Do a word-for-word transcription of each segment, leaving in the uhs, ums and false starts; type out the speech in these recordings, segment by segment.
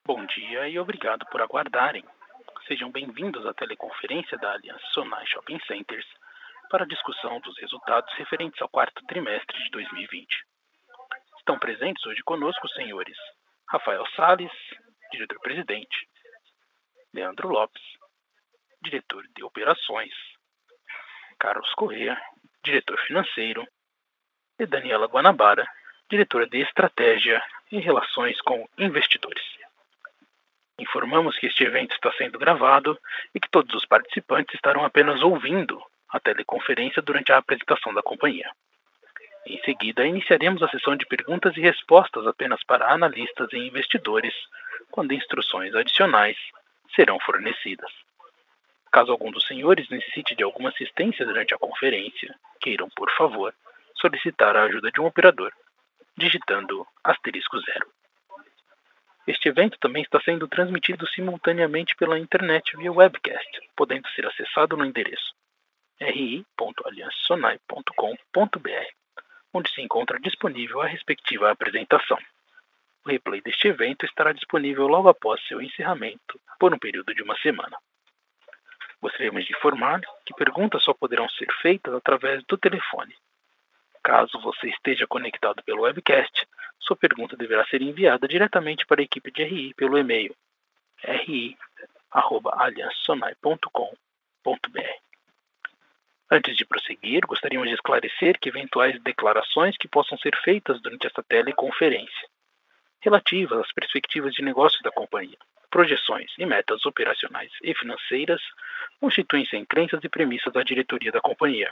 Bom dia e obrigado por aguardarem. Sejam bem-vindos à teleconferência da Aliança Sonai Shopping Centers para a discussão dos resultados referentes ao quarto trimestre de dois mil e vinte. Estão presentes hoje conosco os senhores Rafael Salles, diretor-presidente, Leandro Lopes, diretor de operações, Carlos Corrêa, diretor financeiro, e Daniela Guanabara, diretora de estratégia e relações com investidores. Informamos que este evento está sendo gravado e que todos os participantes estarão apenas ouvindo a teleconferência durante a apresentação da companhia. Em seguida, iniciaremos a sessão de perguntas e respostas apenas para analistas e investidores, quando instruções adicionais serão fornecidas. Caso algum dos senhores necessite de alguma assistência durante a conferência, queiram, por favor, solicitar a ajuda de um operador, digitando asterisco zero. Este evento também está sendo transmitido simultaneamente pela internet via webcast, podendo ser acessado no endereço r i ponto aliança sonai ponto com ponto b r, onde se encontra disponível a respectiva apresentação. O replay deste evento estará disponível logo após seu encerramento, por um período de uma semana. Gostaríamos de informar que perguntas só poderão ser feitas através do telefone. Caso você esteja conectado pelo webcast, sua pergunta deverá ser enviada diretamente para a equipe de R I pelo e-mail r i arroba aliança sonai ponto com ponto b r. Antes de prosseguir, gostaríamos de esclarecer que eventuais declarações que possam ser feitas durante esta teleconferência, relativas às perspectivas de negócios da companhia, projeções e metas operacionais e financeiras, constituem-se em crenças e premissas da diretoria da companhia,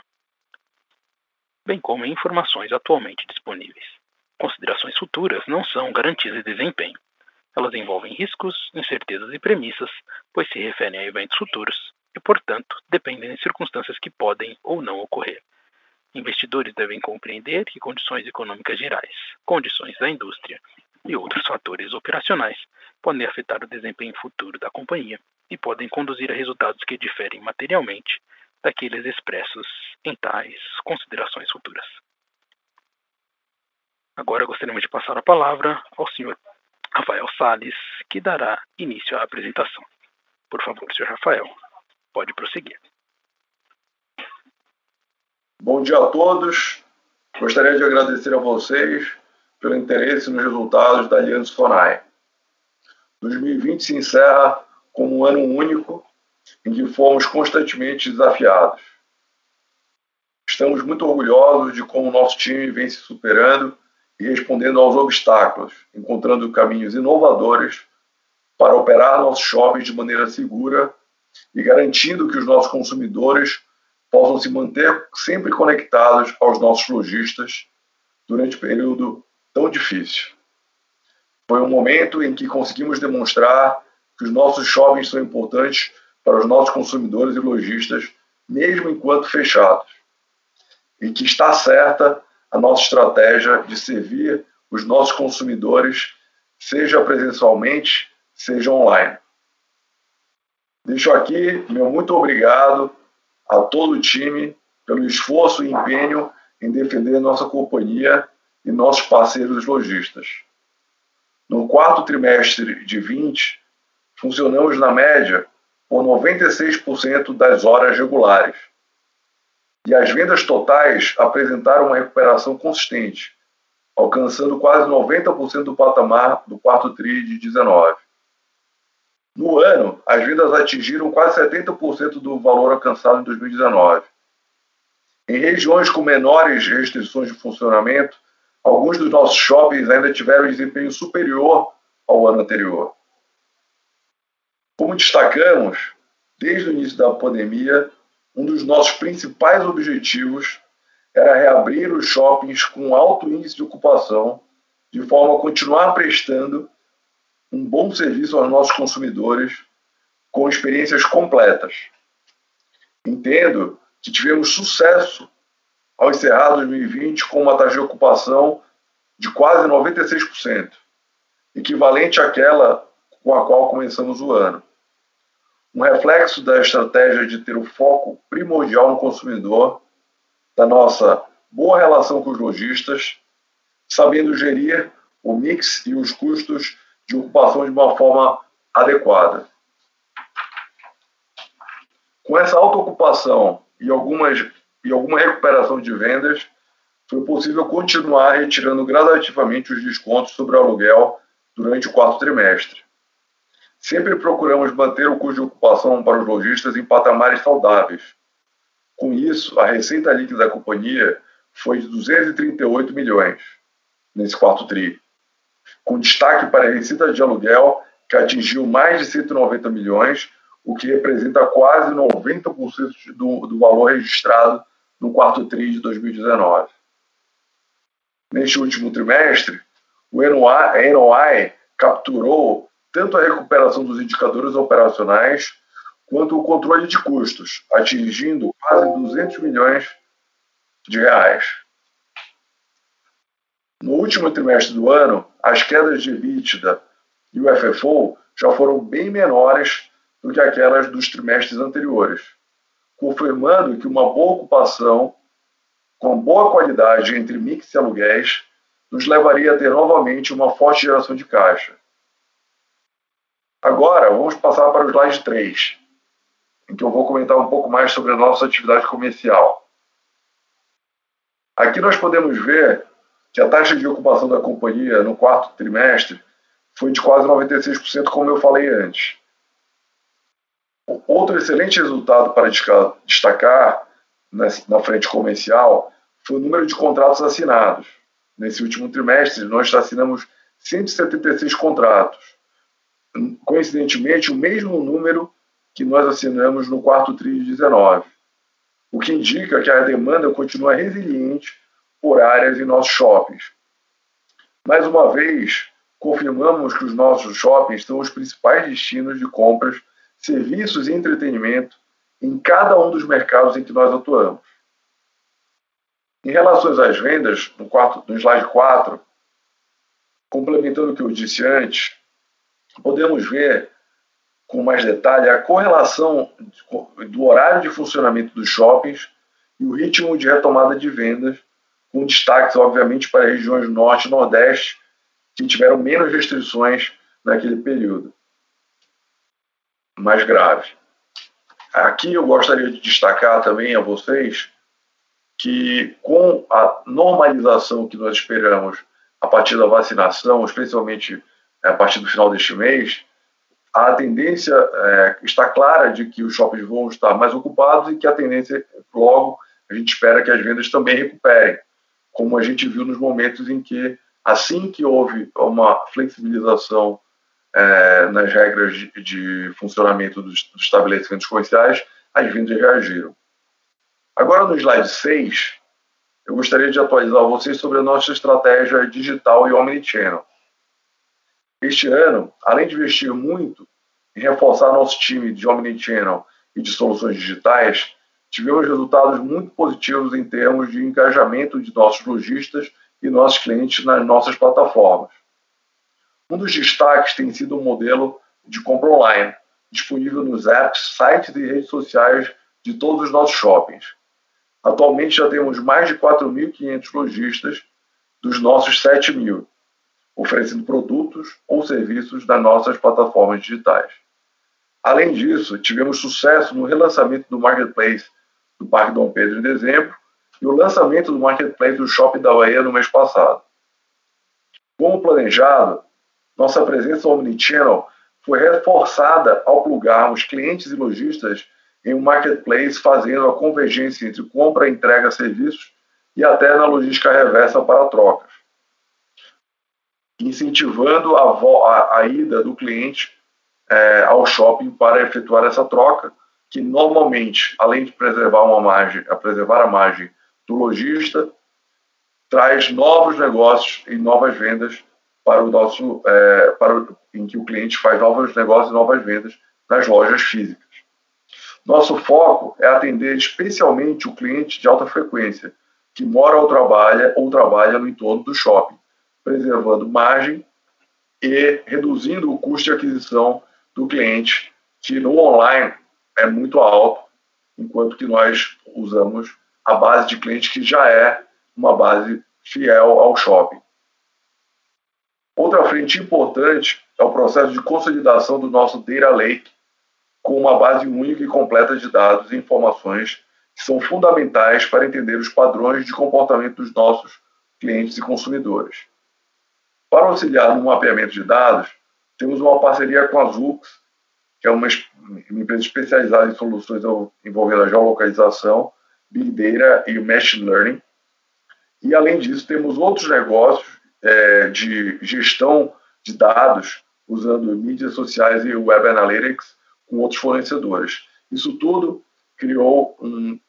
bem como em informações atualmente disponíveis. Considerações futuras não são garantias de desempenho. Elas envolvem riscos, incertezas e premissas, pois se referem a eventos futuros e, portanto, dependem de circunstâncias que podem ou não ocorrer. Investidores devem compreender que condições econômicas gerais, condições da indústria e outros fatores operacionais podem afetar o desempenho futuro da companhia e podem conduzir a resultados que diferem materialmente daqueles expressos em tais considerações futuras. Agora gostaríamos de passar a palavra ao senhor Rafael Salles, que dará início à apresentação. Por favor, senhor Rafael, pode prosseguir. Bom dia a todos. Gostaria de agradecer a vocês pelo interesse nos resultados da Aliança Sonai. dois mil e vinte se encerra como um ano único em que fomos constantemente desafiados. Estamos muito orgulhosos de como o nosso time vem se superando e respondendo aos obstáculos, encontrando caminhos inovadores para operar nossos shoppings de maneira segura e garantindo que os nossos consumidores possam se manter sempre conectados aos nossos lojistas durante um período tão difícil. Foi um momento em que conseguimos demonstrar que os nossos shoppings são importantes para os nossos consumidores e lojistas, mesmo enquanto fechados, e que está certa a nossa estratégia de servir os nossos consumidores, seja presencialmente, seja online. Deixo aqui meu muito obrigado a todo o time pelo esforço e empenho em defender nossa companhia e nossos parceiros lojistas. No quarto trimestre de vinte, funcionamos na média por noventa e seis por cento das horas regulares. E as vendas totais apresentaram uma recuperação consistente, alcançando quase noventa por cento do patamar do quarto tri de dezenove. No ano, as vendas atingiram quase setenta por cento do valor alcançado em dois mil e dezenove. Em regiões com menores restrições de funcionamento, alguns dos nossos shoppings ainda tiveram desempenho superior ao ano anterior. Como destacamos, desde o início da pandemia, um dos nossos principais objetivos era reabrir os shoppings com alto índice de ocupação, de forma a continuar prestando um bom serviço aos nossos consumidores com experiências completas. Entendo que tivemos sucesso ao encerrar dois mil e vinte com uma taxa de ocupação de quase noventa e seis por cento, equivalente àquela com a qual começamos o ano. Um reflexo da estratégia de ter o foco primordial no consumidor, da nossa boa relação com os lojistas, sabendo gerir o mix e os custos de ocupação de uma forma adequada. Com essa alta ocupação e, algumas, e alguma recuperação de vendas, foi possível continuar retirando gradativamente os descontos sobre o aluguel durante o quarto trimestre. Sempre procuramos manter o custo de ocupação para os lojistas em patamares saudáveis. Com isso, a receita líquida da companhia foi de duzentos e trinta e oito milhões nesse quarto tri, com destaque para a receita de aluguel, que atingiu mais de cento e noventa milhões, o que representa quase noventa por cento do, do valor registrado no quarto tri de dois mil e dezenove. Neste último trimestre, o N O I capturou tanto a recuperação dos indicadores operacionais quanto o controle de custos, atingindo quase duzentos milhões de reais. No último trimestre do ano, as quedas de EBITDA e o F F O já foram bem menores do que aquelas dos trimestres anteriores, confirmando que uma boa ocupação com boa qualidade entre mix e aluguéis nos levaria a ter novamente uma forte geração de caixa. Agora, vamos passar para o slide três, em que eu vou comentar um pouco mais sobre a nossa atividade comercial. Aqui nós podemos ver que a taxa de ocupação da companhia no quarto trimestre foi de quase noventa e seis por cento, como eu falei antes. Outro excelente resultado para destacar na frente comercial foi o número de contratos assinados. Nesse último trimestre, nós assinamos cento e setenta e seis contratos. Coincidentemente, o mesmo número que nós assinamos no quarto tri de dezenove, o que indica que a demanda continua resiliente por áreas em nossos shoppings. Mais uma vez, confirmamos que os nossos shoppings são os principais destinos de compras, serviços e entretenimento em cada um dos mercados em que nós atuamos. Em relação às vendas, no, quarto, no slide quatro, complementando o que eu disse antes, podemos ver com mais detalhe a correlação do horário de funcionamento dos shoppings e o ritmo de retomada de vendas, com destaques, obviamente, para as regiões Norte e Nordeste, que tiveram menos restrições naquele período mais grave. Aqui eu gostaria de destacar também a vocês que, com a normalização que nós esperamos a partir da vacinação, especialmente a partir do final deste mês, a tendência é, está clara de que os shoppings vão estar mais ocupados e que a tendência, logo, a gente espera que as vendas também recuperem, como a gente viu nos momentos em que, assim que houve uma flexibilização é, nas regras de, de funcionamento dos, dos estabelecimentos comerciais, as vendas reagiram. Agora, no slide seis, eu gostaria de atualizar vocês sobre a nossa estratégia digital e omnichannel. Este ano, além de investir muito em reforçar nosso time de omnichannel e de soluções digitais, tivemos resultados muito positivos em termos de engajamento de nossos lojistas e nossos clientes nas nossas plataformas. Um dos destaques tem sido o modelo de compra online, disponível nos apps, sites e redes sociais de todos os nossos shoppings. Atualmente já temos mais de quatro mil e quinhentos lojistas dos nossos sete mil, oferecendo produtos ou serviços das nossas plataformas digitais. Além disso, tivemos sucesso no relançamento do Marketplace do Parque Dom Pedro em dezembro e o lançamento do Marketplace do Shopping da Bahia no mês passado. Como planejado, nossa presença omnichannel foi reforçada ao plugarmos clientes e lojistas em um Marketplace, fazendo a convergência entre compra, entrega, serviços e até na logística reversa para trocas, incentivando a, a, a ida do cliente é, ao shopping para efetuar essa troca, que normalmente, além de preservar uma margem, a preservar a margem do lojista, traz novos negócios e novas vendas para o nosso, é, para o, em que o cliente faz novos negócios e novas vendas nas lojas físicas. Nosso foco é atender especialmente o cliente de alta frequência, que mora ou trabalha ou trabalha no entorno do shopping, preservando margem e reduzindo o custo de aquisição do cliente, que no online é muito alto, enquanto que nós usamos a base de cliente que já é uma base fiel ao shopping. Outra frente importante é o processo de consolidação do nosso Data Lake, com uma base única e completa de dados e informações que são fundamentais para entender os padrões de comportamento dos nossos clientes e consumidores. Para auxiliar no mapeamento de dados, temos uma parceria com a Zux, que é uma, uma empresa especializada em soluções envolvendo a geolocalização, Big Data e Machine Learning. E, além disso, temos outros negócios é, de gestão de dados, usando mídias sociais e Web Analytics com outros fornecedores. Isso tudo criou um,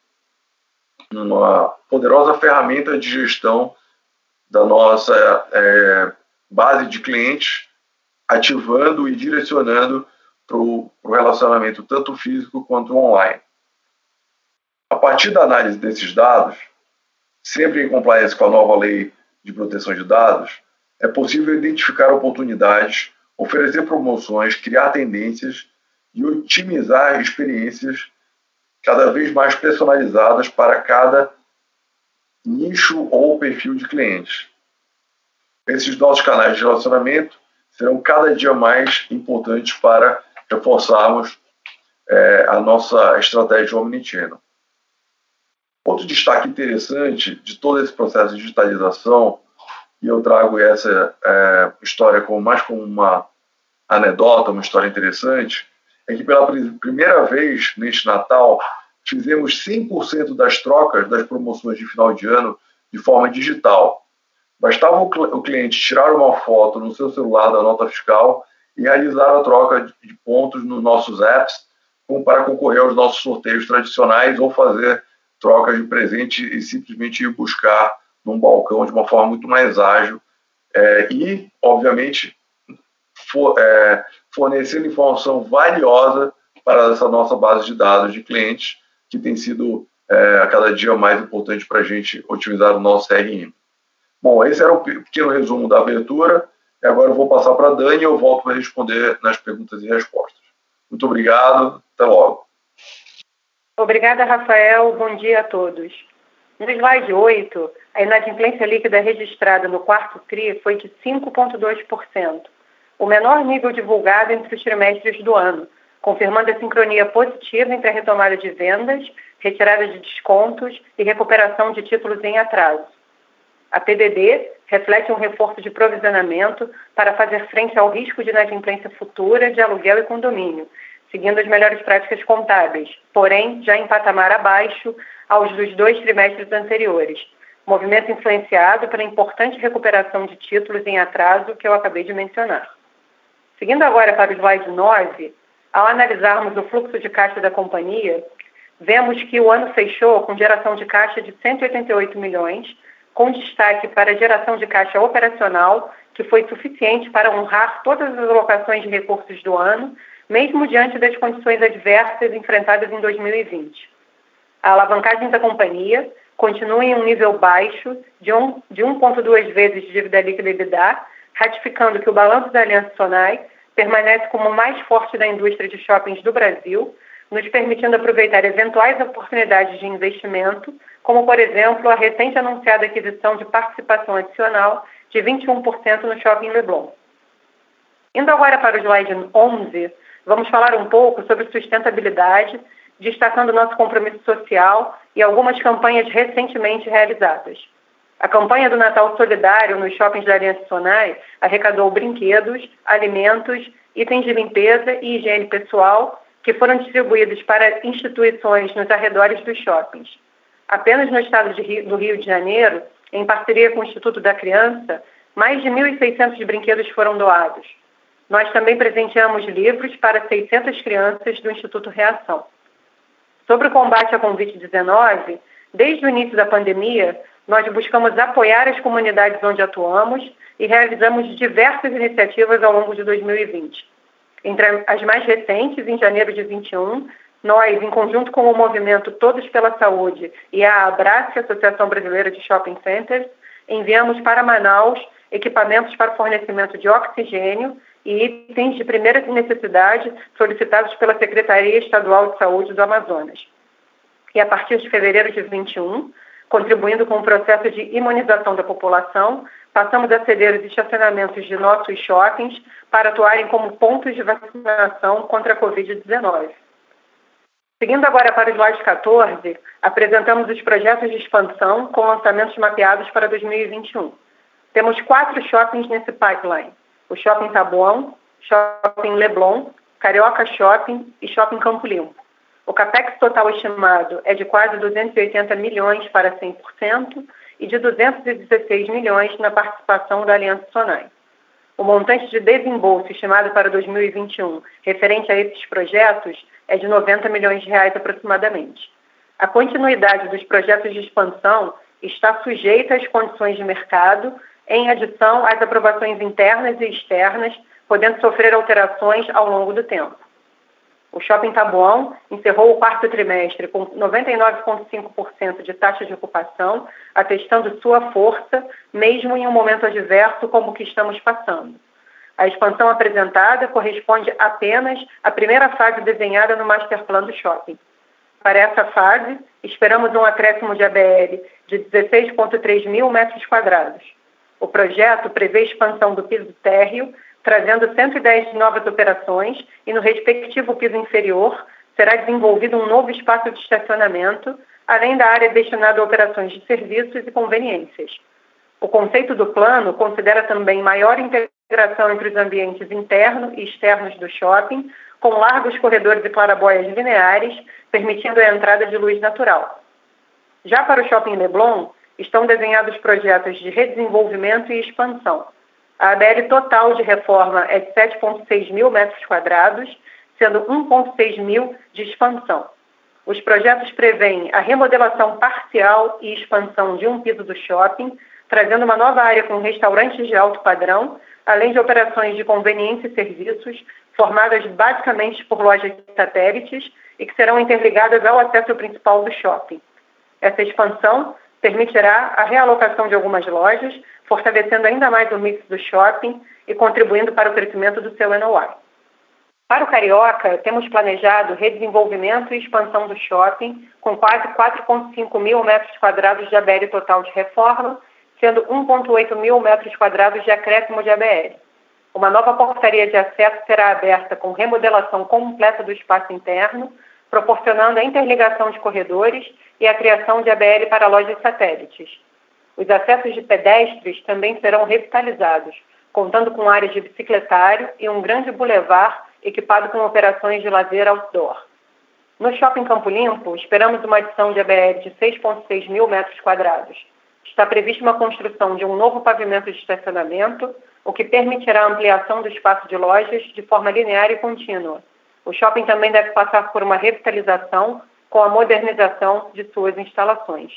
uma poderosa ferramenta de gestão da nossa é, base de clientes, ativando e direcionando para o relacionamento tanto físico quanto online. A partir da análise desses dados, sempre em compliance com a nova lei de proteção de dados, é possível identificar oportunidades, oferecer promoções, criar tendências e otimizar experiências cada vez mais personalizadas para cada nicho ou perfil de clientes. Esses nossos canais de relacionamento serão cada dia mais importantes para reforçarmos é, a nossa estratégia omnichannel. Outro destaque interessante de todo esse processo de digitalização, e eu trago essa é, história como, mais como uma anedota, uma história interessante, é que pela primeira vez neste Natal fizemos cem por cento das trocas das promoções de final de ano de forma digital. Bastava o cliente tirar uma foto no seu celular da nota fiscal e realizar a troca de pontos nos nossos apps, como para concorrer aos nossos sorteios tradicionais ou fazer trocas de presente e simplesmente ir buscar num balcão de uma forma muito mais ágil é, e, obviamente, for, é, fornecendo informação valiosa para essa nossa base de dados de clientes, que tem sido é, a cada dia mais importante para a gente otimizar o nosso C R M. Bom, esse era um pequeno resumo da abertura. Agora eu vou passar para a Dani e eu volto para responder nas perguntas e respostas. Muito obrigado, até logo. Obrigada, Rafael. Bom dia a todos. No slide oito, a inadimplência líquida registrada no quarto TRI foi de cinco vírgula dois por cento, o menor nível divulgado entre os trimestres do ano, confirmando a sincronia positiva entre a retomada de vendas, retirada de descontos e recuperação de títulos em atraso. A P D D reflete um reforço de provisionamento para fazer frente ao risco de inadimplência futura de aluguel e condomínio, seguindo as melhores práticas contábeis, porém já em patamar abaixo aos dos dois trimestres anteriores, movimento influenciado pela importante recuperação de títulos em atraso que eu acabei de mencionar. Seguindo agora para o slide nove, ao analisarmos o fluxo de caixa da companhia, vemos que o ano fechou com geração de caixa de cento e oitenta e oito milhões, com destaque para a geração de caixa operacional, que foi suficiente para honrar todas as alocações de recursos do ano, mesmo diante das condições adversas enfrentadas em dois mil e vinte. A alavancagem da companhia continua em um nível baixo de um vírgula dois vezes de dívida líquida EBITDA, ratificando que o balanço da Aliança Sonai permanece como o mais forte da indústria de shoppings do Brasil, nos permitindo aproveitar eventuais oportunidades de investimento, como, por exemplo, a recente anunciada aquisição de participação adicional de vinte e um por cento no Shopping Leblon. Indo agora para o slide onze, vamos falar um pouco sobre sustentabilidade, destacando nosso compromisso social e algumas campanhas recentemente realizadas. A campanha do Natal Solidário nos shoppings da Aliança Sonai arrecadou brinquedos, alimentos, itens de limpeza e higiene pessoal que foram distribuídos para instituições nos arredores dos shoppings. Apenas no estado de Rio, do Rio de Janeiro, em parceria com o Instituto da Criança, mais de mil e seiscentos brinquedos foram doados. Nós também presenteamos livros para seiscentas crianças do Instituto Reação. Sobre o combate à covid dezenove, desde o início da pandemia, nós buscamos apoiar as comunidades onde atuamos e realizamos diversas iniciativas ao longo de dois mil e vinte. Entre as mais recentes, em janeiro de vinte e um, nós, em conjunto com o movimento Todos pela Saúde e a Abrace, Associação Brasileira de Shopping Centers, enviamos para Manaus equipamentos para fornecimento de oxigênio e itens de primeira necessidade solicitados pela Secretaria Estadual de Saúde do Amazonas. E a partir de fevereiro de vinte e um, contribuindo com o processo de imunização da população passamos a ceder os estacionamentos de nossos shoppings para atuarem como pontos de vacinação contra a covid dezenove. Seguindo agora para o slide quatorze, apresentamos os projetos de expansão com lançamentos mapeados para dois mil e vinte e um. Temos quatro shoppings nesse pipeline: o Shopping Taboão, Shopping Leblon, Carioca Shopping e Shopping Campo Limpo. O capex total estimado é de quase duzentos e oitenta milhões para cem por cento e de duzentos e dezesseis milhões na participação da Aliança Sonai. O montante de desembolso estimado para dois mil e vinte e um referente a esses projetos é de noventa milhões de reais aproximadamente. A continuidade dos projetos de expansão está sujeita às condições de mercado, em adição às aprovações internas e externas, podendo sofrer alterações ao longo do tempo. O Shopping Taboão encerrou o quarto trimestre com noventa e nove vírgula cinco por cento de taxa de ocupação, atestando sua força, mesmo em um momento adverso como o que estamos passando. A expansão apresentada corresponde apenas à primeira fase desenhada no Master Plan do shopping. Para essa fase, esperamos um acréscimo de A B L de dezesseis vírgula três mil metros quadrados. O projeto prevê expansão do piso térreo, trazendo cento e dez novas operações e no respectivo piso inferior será desenvolvido um novo espaço de estacionamento, além da área destinada a operações de serviços e conveniências. O conceito do plano considera também maior integração entre os ambientes internos e externos do shopping, com largos corredores e clarabóias lineares, permitindo a entrada de luz natural. Já para o Shopping Leblon, estão desenhados projetos de redesenvolvimento e expansão. A A B L total de reforma é de sete vírgula seis mil metros quadrados, sendo um vírgula seis mil de expansão. Os projetos prevêem a remodelação parcial e expansão de um piso do shopping, trazendo uma nova área com restaurantes de alto padrão, além de operações de conveniência e serviços, formadas basicamente por lojas satélites e que serão interligadas ao acesso principal do shopping. Essa expansão permitirá a realocação de algumas lojas, fortalecendo ainda mais o mix do shopping e contribuindo para o crescimento do seu N O I. Para o Carioca, temos planejado redesenvolvimento e expansão do shopping, com quase quatro vírgula cinco mil metros quadrados de A B L total de reforma, sendo um vírgula oito mil metros quadrados de acréscimo de A B L. Uma nova portaria de acesso será aberta com remodelação completa do espaço interno, proporcionando a interligação de corredores e a criação de A B L para lojas satélites. Os acessos de pedestres também serão revitalizados, contando com áreas de bicicletário e um grande boulevard equipado com operações de lazer outdoor. No Shopping Campo Limpo, esperamos uma adição de A B L de seis vírgula seis mil metros quadrados. Está prevista uma construção de um novo pavimento de estacionamento, o que permitirá a ampliação do espaço de lojas de forma linear e contínua. O shopping também deve passar por uma revitalização com a modernização de suas instalações.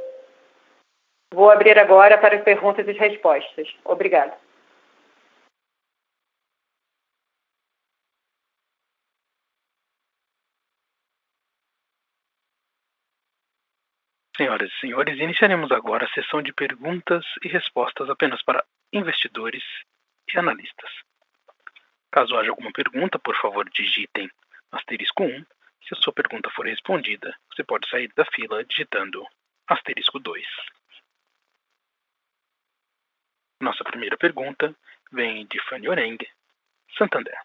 Vou abrir agora para as perguntas e respostas. Obrigada. Senhoras e senhores, iniciaremos agora a sessão de perguntas e respostas apenas para investidores e analistas. Caso haja alguma pergunta, por favor, digitem asterisco um. Se a sua pergunta for respondida, você pode sair da fila digitando asterisco dois. Nossa primeira pergunta vem de Fanny Oreng, Santander.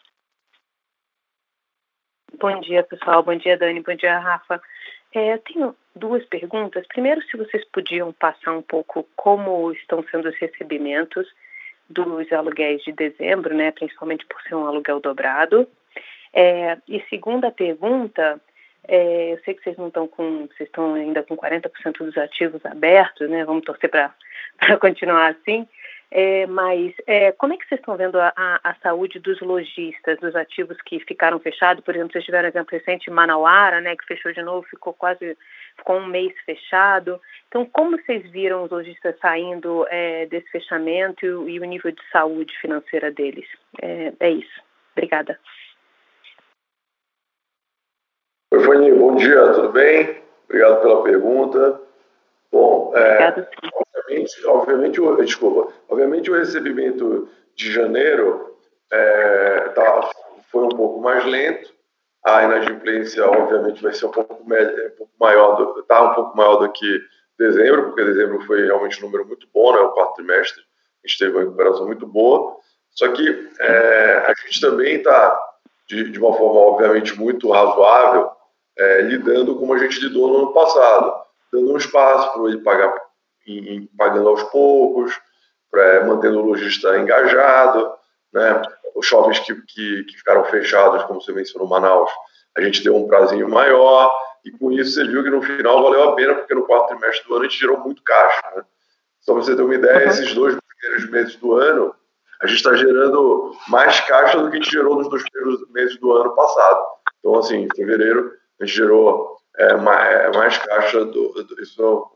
Bom dia, pessoal. Bom dia, Dani. Bom dia, Rafa. É, eu tenho duas perguntas. Primeiro, se vocês podiam passar um pouco como estão sendo os recebimentos dos aluguéis de dezembro, né, principalmente por ser um aluguel dobrado. É, e segunda pergunta, é, eu sei que vocês não estão com, vocês estão ainda com quarenta por cento dos ativos abertos, né? Vamos torcer para continuar assim. É, mas é, como é que vocês estão vendo a, a, a saúde dos lojistas, dos ativos que ficaram fechados? Por exemplo, vocês tiveram um exemplo recente, Manauara, né, que fechou de novo, ficou quase ficou um mês fechado. Então, como vocês viram os lojistas saindo é, desse fechamento e, e o nível de saúde financeira deles? É, é isso. Obrigada. Oi, Fanny, bom dia, tudo bem? Obrigado pela pergunta. Bom, é, obviamente, obviamente, o, desculpa, obviamente o recebimento de janeiro é, tá, foi um pouco mais lento. A inadimplência, obviamente, vai ser um pouco, um pouco maior, está um pouco maior do que dezembro, porque dezembro foi realmente um número muito bom, né, o quarto trimestre a gente teve uma recuperação muito boa, só que é, a gente também está, de, de uma forma obviamente muito razoável, é, lidando como a gente lidou no ano passado, dando um espaço para ele pagar, em, em, pagando aos poucos, pra, mantendo o lojista engajado, né? Os shoppings que, que, que ficaram fechados, como você mencionou, Manaus, a gente deu um prazinho maior, e com isso você viu que no final valeu a pena, porque no quarto trimestre do ano a gente gerou muito caixa, né? Só para você ter uma ideia, uhum. esses dois primeiros meses do ano, a gente está gerando mais caixa do que a gente gerou nos dois primeiros meses do ano passado. Então, assim, em fevereiro, a gente gerou é, mais, é, mais caixa, do, do, isso,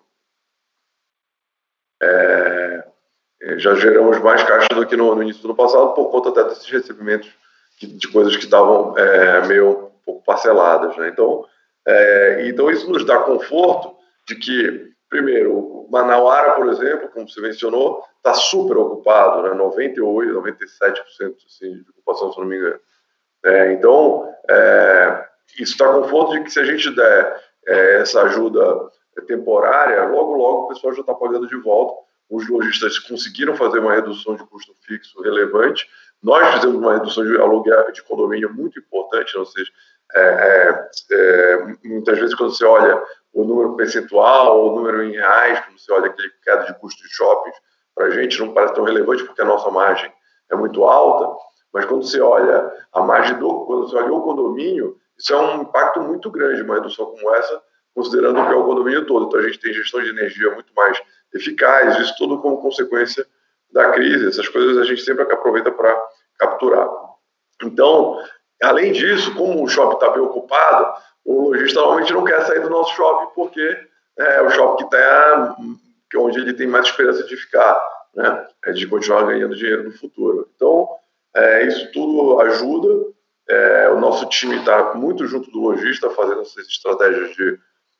é, já geramos mais caixa do que no, no início do ano passado, por conta até desses recebimentos de, de coisas que estavam é, meio um pouco parceladas, né? Então, é, então, isso nos dá conforto de que, primeiro, Manauara, por exemplo, como você mencionou, está super ocupado, né? noventa e oito por cento, noventa e sete por cento assim, de ocupação, se não me engano. É, então, é, isso dá conforto de que se a gente der é, essa ajuda temporária, logo, logo o pessoal já está pagando de volta. Os lojistas conseguiram fazer uma redução de custo fixo relevante. Nós fizemos uma redução de aluguel de condomínio muito importante, ou seja, é, é, é, muitas vezes quando você olha o número percentual ou o número em reais, quando você olha aquele queda de custo de shoppings, para a gente não parece tão relevante porque a nossa margem é muito alta, mas quando você olha a margem do, quando você olha o condomínio, isso é um impacto muito grande, uma redução como essa, considerando que é o condomínio todo. Então a gente tem gestão de energia muito mais eficaz, isso tudo como consequência da crise. Essas coisas a gente sempre aproveita para capturar. Então, além disso, como o shopping está bem ocupado, o lojista normalmente não quer sair do nosso shopping porque é o shopping que está onde ele tem mais esperança de ficar, né? De continuar ganhando dinheiro no futuro. Então, é, isso tudo ajuda. É, o nosso time está muito junto do lojista, fazendo essas estratégias de,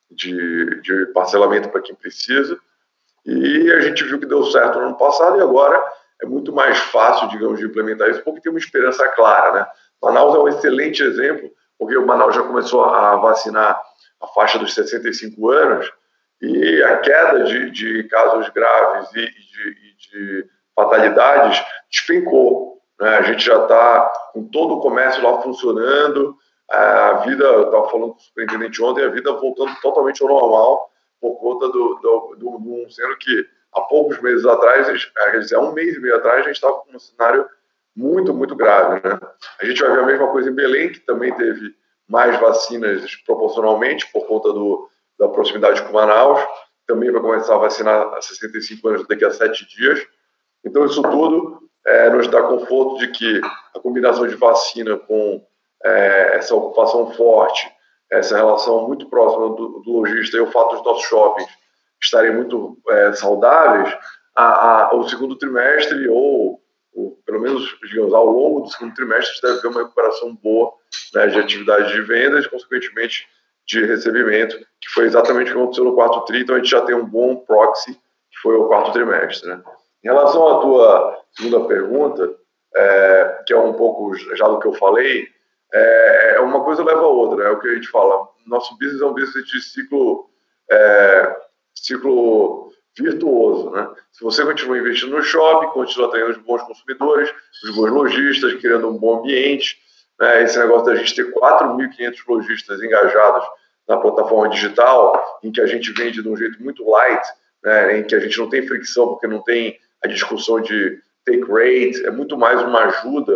de, de parcelamento para quem precisa. E a gente viu que deu certo no ano passado e agora é muito mais fácil, digamos, de implementar isso, porque tem uma esperança clara, né? Manaus é um excelente exemplo, porque o Manaus já começou a vacinar a faixa dos sessenta e cinco anos e a queda de, de casos graves e de, e de fatalidades despencou, né? A gente já está com todo o comércio lá funcionando, a vida, eu estava falando com o superintendente ontem, a vida voltando totalmente ao normal, por conta do, do, do, do sendo que há poucos meses atrás, quer dizer, há um mês e meio atrás, a gente estava com um cenário muito, muito grave, né? A gente vai ver a mesma coisa em Belém, que também teve mais vacinas proporcionalmente por conta do, da proximidade com Manaus, também vai começar a vacinar a sessenta e cinco anos daqui a sete dias. Então, isso tudo é, nos dá conforto de que a combinação de vacina com é, essa ocupação forte, essa relação muito próxima do, do lojista e o fato dos nossos shoppings estarem muito é, saudáveis, a, a, o segundo trimestre, ou, ou pelo menos, digamos, ao longo do segundo trimestre, a gente deve ver uma recuperação boa, né, de atividade de vendas, consequentemente de recebimento, que foi exatamente o que aconteceu no quarto tri, então a gente já tem um bom proxy, que foi o quarto trimestre, né? Em relação à tua segunda pergunta, é, que é um pouco já do que eu falei, é, uma coisa leva a outra, é o que a gente fala. Nosso business é um business de ciclo, é, ciclo virtuoso, né? Se você continua investindo no shopping, continua tendo os bons consumidores, os bons lojistas, criando um bom ambiente, né? Esse negócio da gente ter quatro mil e quinhentos lojistas engajados na plataforma digital, em que a gente vende de um jeito muito light, né? Em que a gente não tem fricção, porque não tem a discussão de take rate, é muito mais uma ajuda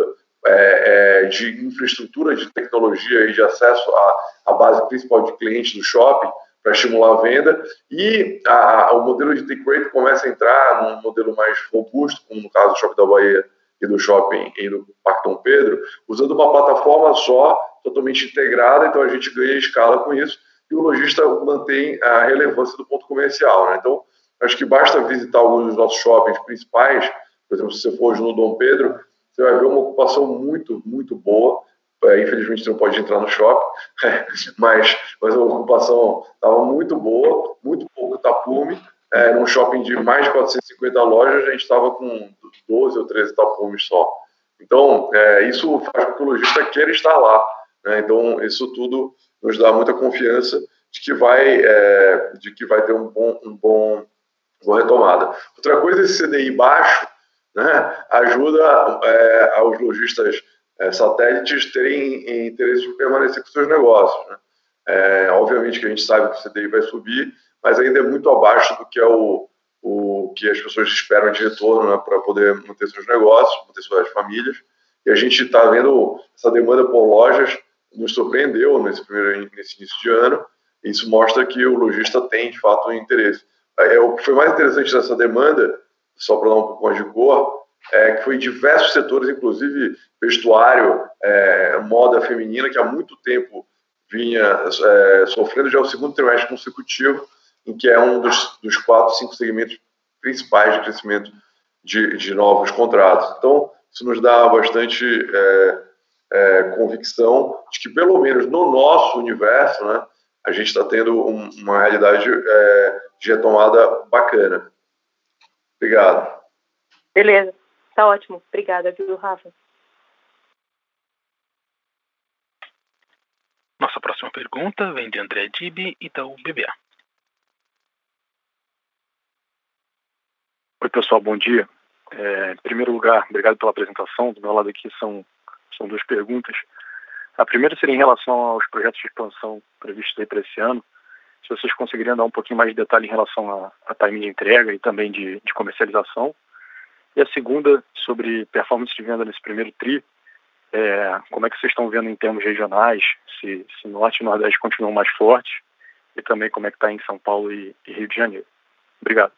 É, é, de infraestrutura de tecnologia e de acesso à, à base principal de clientes do shopping para estimular a venda, e a, a, o modelo de take rate começa a entrar num modelo mais robusto, como no caso do Shopping da Bahia e do Shopping e do Parque Dom Pedro, usando uma plataforma só, totalmente integrada, então a gente ganha escala com isso, e o lojista mantém a relevância do ponto comercial, né? Então, acho que basta visitar alguns dos nossos shoppings principais, por exemplo, se você for hoje no Dom Pedro, você vai ver uma ocupação muito, muito boa. É, infelizmente, você não pode entrar no shopping, mas, mas a ocupação estava muito boa, muito pouco tapume. É, num shopping de mais de quatrocentas e cinquenta lojas, a gente estava com doze ou treze tapumes só. Então, é, isso faz com que o lojista queira estar lá, né? Então, isso tudo nos dá muita confiança de que vai, é, de que vai ter um bom, um bom, uma boa retomada. Outra coisa, esse C D I baixo, né, ajuda é, aos lojistas é, satélites terem interesse de permanecer com seus negócios, né? É, obviamente que a gente sabe que o C D I vai subir, mas ainda é muito abaixo do que é o, o que as pessoas esperam de retorno, né, para poder manter seus negócios, manter suas famílias. E a gente está vendo essa demanda por lojas, nos surpreendeu nesse, primeiro, nesse início de ano. Isso mostra que o lojista tem, de fato, um interesse. É, o que foi mais interessante dessa demanda, só para dar um pouco mais de cor, é que foi em diversos setores, inclusive vestuário, é, moda feminina, que há muito tempo vinha é, sofrendo, já é o segundo trimestre consecutivo, em que é um dos, dos quatro, cinco segmentos principais de crescimento de, de novos contratos. Então, isso nos dá bastante é, é, convicção de que, pelo menos no nosso universo, né, a gente está tendo um, uma realidade é, de retomada bacana. Obrigado. Beleza, tá ótimo. Obrigada, viu, Rafa? Nossa próxima pergunta vem de André Dibi, Itaú B B A. Oi, pessoal, bom dia. É, em primeiro lugar, obrigado pela apresentação. Do meu lado aqui são, são duas perguntas. A primeira seria em relação aos projetos de expansão previstos aí para esse ano. Se vocês conseguiriam dar um pouquinho mais de detalhe em relação a, a timing de entrega e também de, de comercialização. E a segunda, sobre performance de venda nesse primeiro tri. É, como é que vocês estão vendo em termos regionais, se, se Norte e Nordeste continuam mais fortes, e também como é que está em São Paulo e, e Rio de Janeiro. Obrigado.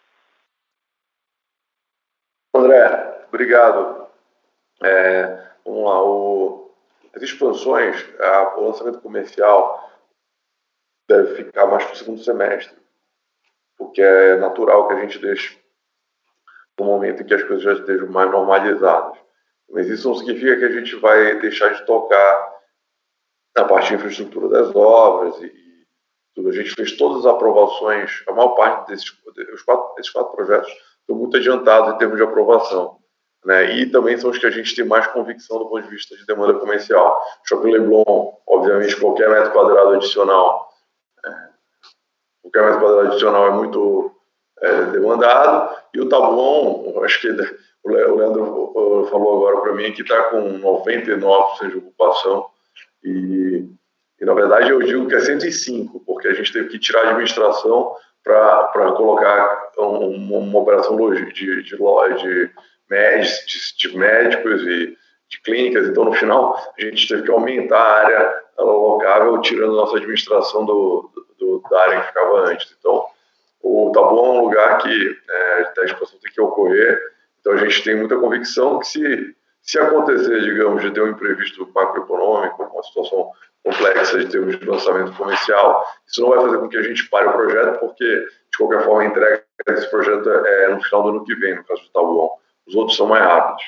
André, obrigado. É, vamos lá, o, as expansões, a, o lançamento comercial deve ficar mais para o segundo semestre, porque é natural que a gente deixe no momento em que as coisas já estejam mais normalizadas. Mas isso não significa que a gente vai deixar de tocar na parte de infraestrutura das obras e, e tudo. A gente fez todas as aprovações, a maior parte desses os quatro, esses quatro projetos estão muito adiantados em termos de aprovação, né? E também são os que a gente tem mais convicção do ponto de vista de demanda comercial. Shopping Leblon, obviamente, qualquer metro quadrado adicional, é, qualquer metro quadrado adicional é muito é, demandado. E o Taboão, acho que o Leandro falou agora para mim que está com noventa e nove por cento de ocupação e, e, na verdade, eu digo que é cento e cinco, porque a gente teve que tirar a administração para colocar uma, uma operação de, de, de, de, de, de médicos e de clínicas. Então, no final, a gente teve que aumentar a área alocável, tirando a nossa administração do, do, da área que ficava antes. Então, o Taboão é um lugar que é, a expansão tem que ocorrer. Então, a gente tem muita convicção que se, se acontecer, digamos, de ter um imprevisto macroeconômico, uma situação complexa de termos de lançamento comercial, isso não vai fazer com que a gente pare o projeto, porque, de qualquer forma, a entrega desse projeto é no final do ano que vem, no caso do Taboão. Os outros são mais rápidos.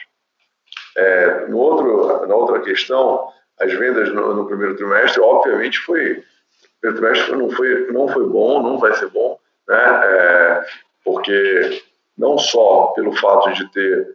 É, no outro, na outra questão, as vendas no, no primeiro trimestre, obviamente, foi, o primeiro trimestre não foi, não foi bom, não vai ser bom, né? É, porque não só pelo fato de ter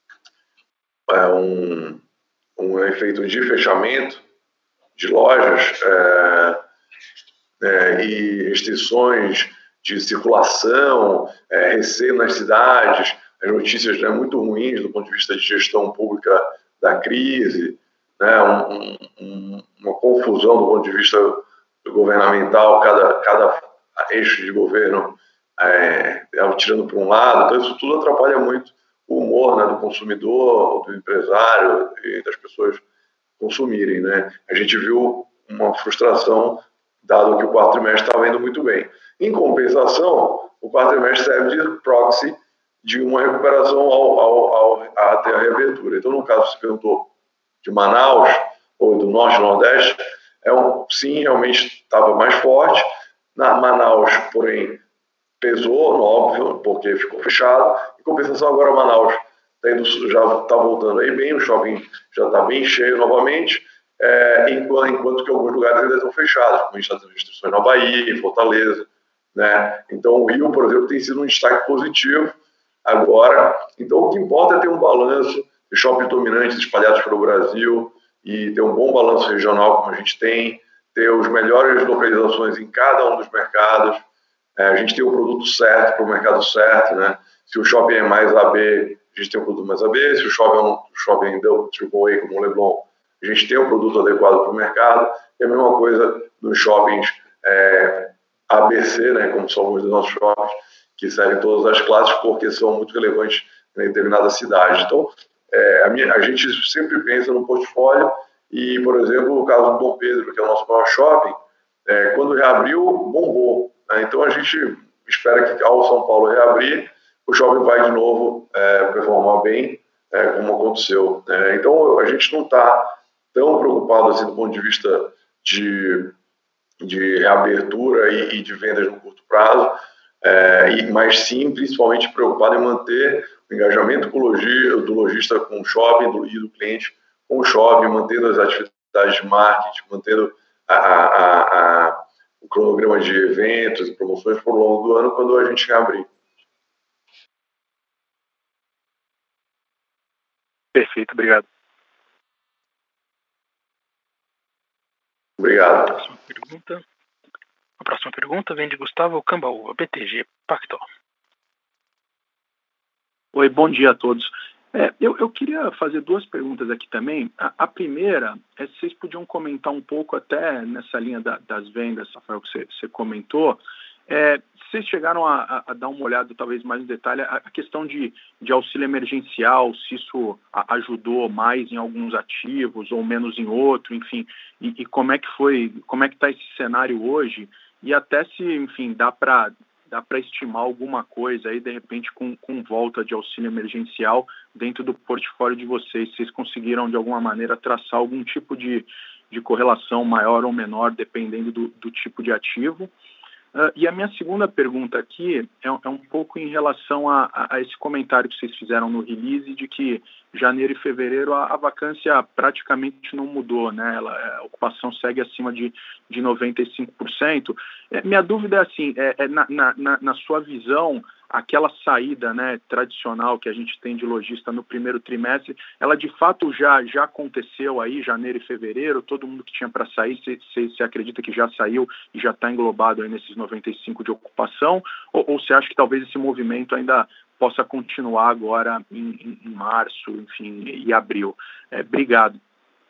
é, um, um efeito de fechamento de lojas é, é, e restrições de circulação, é, receio nas cidades, as notícias, né, muito ruins do ponto de vista de gestão pública da crise, né, um, um, uma confusão do ponto de vista governamental, cada, cada eixo de governo é, tirando para um lado. Então isso tudo atrapalha muito o humor, né, do consumidor, do empresário e das pessoas consumirem, né? A gente viu uma frustração, dado que o quarto trimestre estava indo muito bem. Em compensação, o quarto trimestre serve de proxy de uma recuperação ao, ao, ao, até a reabertura. Então, no caso, você perguntou de Manaus ou do Norte e Nordeste, é um, sim, realmente estava mais forte. Na Manaus, porém, pesou, óbvio, porque ficou fechado. Em compensação, agora Manaus tá indo, já está voltando aí bem, o shopping já está bem cheio novamente, é, enquanto, enquanto que alguns lugares ainda estão fechados, como a gente está tendo restrições na Bahia, em Fortaleza, né? Então, o Rio, por exemplo, tem sido um destaque positivo agora. Então, o que importa é ter um balanço de shoppings dominantes espalhados pelo Brasil e ter um bom balanço regional, como a gente tem, ter as melhores localizações em cada um dos mercados. É, a gente tem o produto certo para o mercado certo, né? Se o shopping é mais A B, a a gente tem um produto mais A B, se o shopping é um shopping Triple A como o Leblon, a gente tem um produto adequado para o mercado, e a mesma coisa nos shoppings é, A B C, né, como são alguns dos nossos shoppings, que servem todas as classes, porque são muito relevantes em determinada cidade. Então, é, a, minha, a gente sempre pensa no portfólio, e, por exemplo, o caso do Dom Pedro, que é o nosso maior shopping, é, quando reabriu, bombou. Né? Então, a gente espera que, ao São Paulo reabrir, o shopping vai de novo é, performar bem, é, como aconteceu. É, então, a gente não está tão preocupado assim do ponto de vista de, de reabertura e, e de vendas no curto prazo, é, e, mas sim, principalmente preocupado em manter o engajamento com o logi, do lojista com o shopping do, e do cliente com o shopping, mantendo as atividades de marketing, mantendo a, a, a, o cronograma de eventos e promoções por longo do ano quando a gente reabrir. Perfeito, obrigado. Obrigado. A próxima pergunta, a próxima pergunta vem de Gustavo Cambaúva, B T G Pactual. Oi, bom dia a todos. É, eu, eu queria fazer duas perguntas aqui também. A, a primeira é se vocês podiam comentar um pouco, até nessa linha da, das vendas, Rafael, que você, você comentou, é, vocês chegaram a, a dar uma olhada, talvez mais em detalhe, a, a questão de, de auxílio emergencial, se isso a, ajudou mais em alguns ativos ou menos em outro, enfim, e, e como é que foi, como é que está esse cenário hoje, e até se, enfim, dá para dá para estimar alguma coisa aí, de repente, com, com volta de auxílio emergencial dentro do portfólio de vocês. Vocês conseguiram, de alguma maneira, traçar algum tipo de, de correlação maior ou menor, dependendo do, do tipo de ativo? Uh, e a minha segunda pergunta aqui é, é um pouco em relação a, a, a esse comentário que vocês fizeram no release de que janeiro e fevereiro a, a vacância praticamente não mudou, né? Ela, a ocupação segue acima de, de noventa e cinco por cento. É, minha dúvida é assim, é, é na, na, na sua visão, aquela saída, né, tradicional que a gente tem de lojista no primeiro trimestre, ela de fato já, já aconteceu aí, janeiro e fevereiro, todo mundo que tinha para sair, você acredita que já saiu e já está englobado aí nesses noventa e cinco por cento de ocupação, ou você acha que talvez esse movimento ainda possa continuar agora em, em, em março, enfim, e abril? É, obrigado.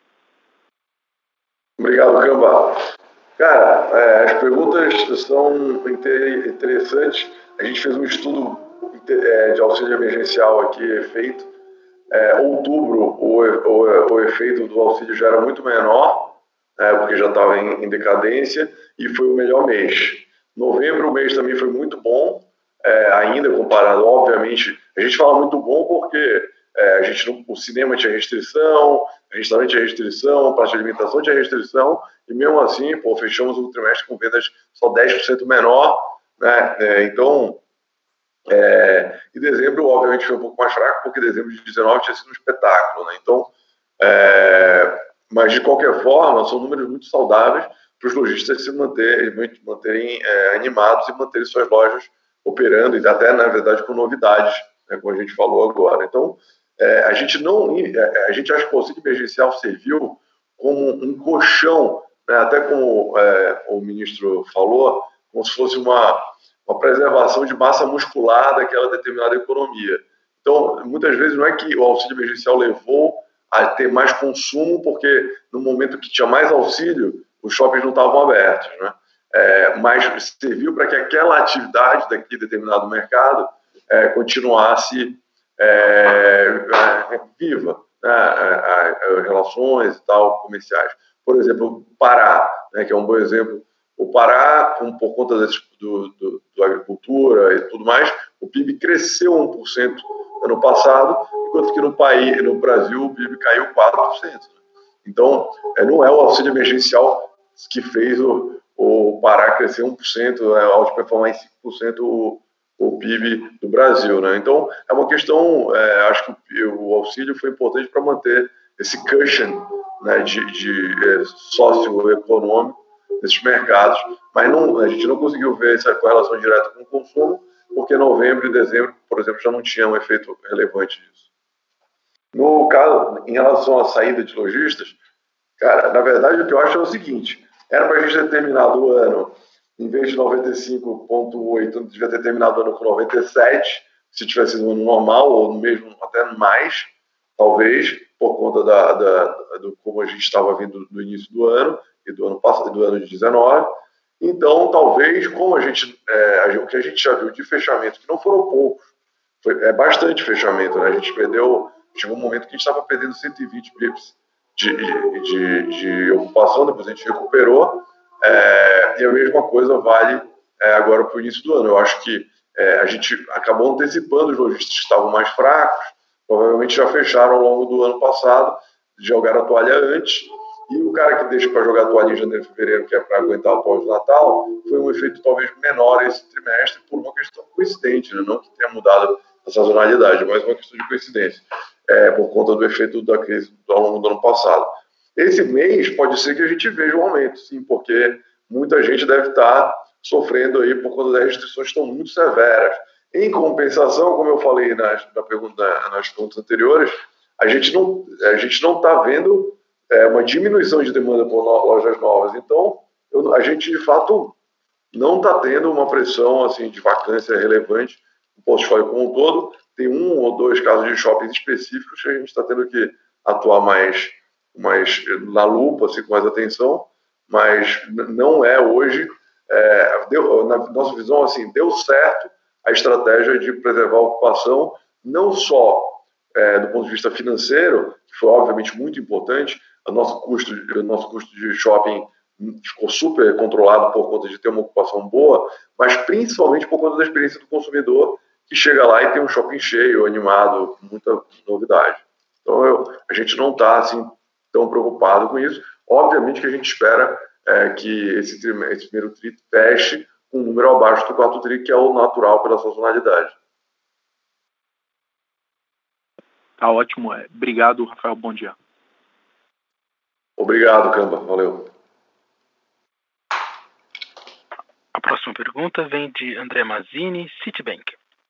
Obrigado, Camba. Cara, é, as perguntas são interessantes. A gente fez um estudo é, de auxílio emergencial aqui feito. É, outubro, o, o, o efeito do auxílio já era muito menor, é, porque já estava em, em decadência, e foi o melhor mês. Novembro, o mês também foi muito bom, é, ainda comparado, obviamente. A gente fala muito bom porque é, a gente não, o cinema tinha restrição, o restaurante tinha restrição, a praça de alimentação tinha restrição, e mesmo assim, pô, fechamos o trimestre com vendas só dez por cento menor, né? É, então, é, e dezembro, obviamente, foi um pouco mais fraco, porque dezembro de dezenove tinha sido um espetáculo, né? Então, é, mas de qualquer forma, são números muito saudáveis para os lojistas se manterem, manterem é, animados e manterem suas lojas operando, e até, na verdade, com novidades, né, como a gente falou agora. Então, é, a gente não, a gente acha que o auxílio emergencial serviu como um colchão, né, até como é, o ministro falou, como se fosse uma, uma preservação de massa muscular daquela determinada economia. Então, muitas vezes não é que o auxílio emergencial levou a ter mais consumo, porque no momento que tinha mais auxílio, os shoppings não estavam abertos, né? É, mas serviu para que aquela atividade daquele determinado mercado é, continuasse é, é, viva, né? As relações e tal, comerciais. Por exemplo, o Pará, né, que é um bom exemplo. O Pará, por conta desse, do, do, do agricultura e tudo mais, o P I B cresceu um por cento ano passado, enquanto que no, país, no Brasil o P I B caiu quatro por cento. Então, é, não é o auxílio emergencial que fez o, o Pará crescer um por cento, é, ao performar em cinco por cento o, o P I B do Brasil, né? Então, é uma questão, é, acho que o auxílio foi importante para manter esse cushion, né, de, de é, socioeconômico nesses mercados, mas não, a gente não conseguiu ver essa correlação direta com o consumo, porque novembro e dezembro, por exemplo, já não tinha um efeito relevante disso. No caso, em relação à saída de lojistas, cara, na verdade, o que eu acho é o seguinte: era para a gente ter terminado o ano, em vez de noventa e cinco vírgula oito, devia ter terminado o ano com noventa e sete, se tivesse sido um ano normal, ou mesmo até mais, talvez, por conta da, da, do como a gente estava vindo do início do ano, e do ano passado, do ano de dezenove. Então, talvez, como a gente, é, o que a gente já viu de fechamento, que não foram poucos, foi, é bastante fechamento, né? A gente perdeu, chegou um momento que a gente estava perdendo cento e vinte pips de, de, de, de ocupação, depois a gente recuperou, é, e a mesma coisa vale é, agora para o início do ano. Eu acho que é, a gente acabou antecipando os lojistas que estavam mais fracos, provavelmente já fecharam ao longo do ano passado, jogaram a toalha antes, e o cara que deixa para jogar a toalha em janeiro e fevereiro, que é para aguentar o pós-natal, foi um efeito talvez menor esse trimestre, por uma questão coincidente, né? Não que tenha mudado a sazonalidade, mas uma questão de coincidência, é, por conta do efeito da crise ao longo do ano passado. Esse mês pode ser que a gente veja um aumento, sim, porque muita gente deve estar sofrendo aí por conta das restrições que estão muito severas. Em compensação, como eu falei nas, na pergunta, nas perguntas anteriores, a gente não a gente não está vendo é, uma diminuição de demanda por no, lojas novas. Então, eu, a gente, de fato, não está tendo uma pressão assim, de vacância relevante no portfólio como um todo. Tem um ou dois casos de shoppings específicos que a gente está tendo que atuar mais, mais na lupa, assim, com mais atenção, mas não é hoje, é, deu, na nossa visão, assim, deu certo a estratégia de preservar a ocupação, não só é, do ponto de vista financeiro, que foi obviamente muito importante. O nosso custo, o nosso custo de shopping ficou super controlado por conta de ter uma ocupação boa, mas principalmente por conta da experiência do consumidor, que chega lá e tem um shopping cheio, animado, com muita novidade. Então, eu, a gente não está assim, tão preocupado com isso. Obviamente que a gente espera é, que esse, esse primeiro tri feche com um número abaixo do quarto tri, que é o natural pela sazonalidade. Tá ótimo. Obrigado, Rafael. Bom dia. Obrigado, Camba. Valeu. A próxima pergunta vem de André Mazzini, Citibank.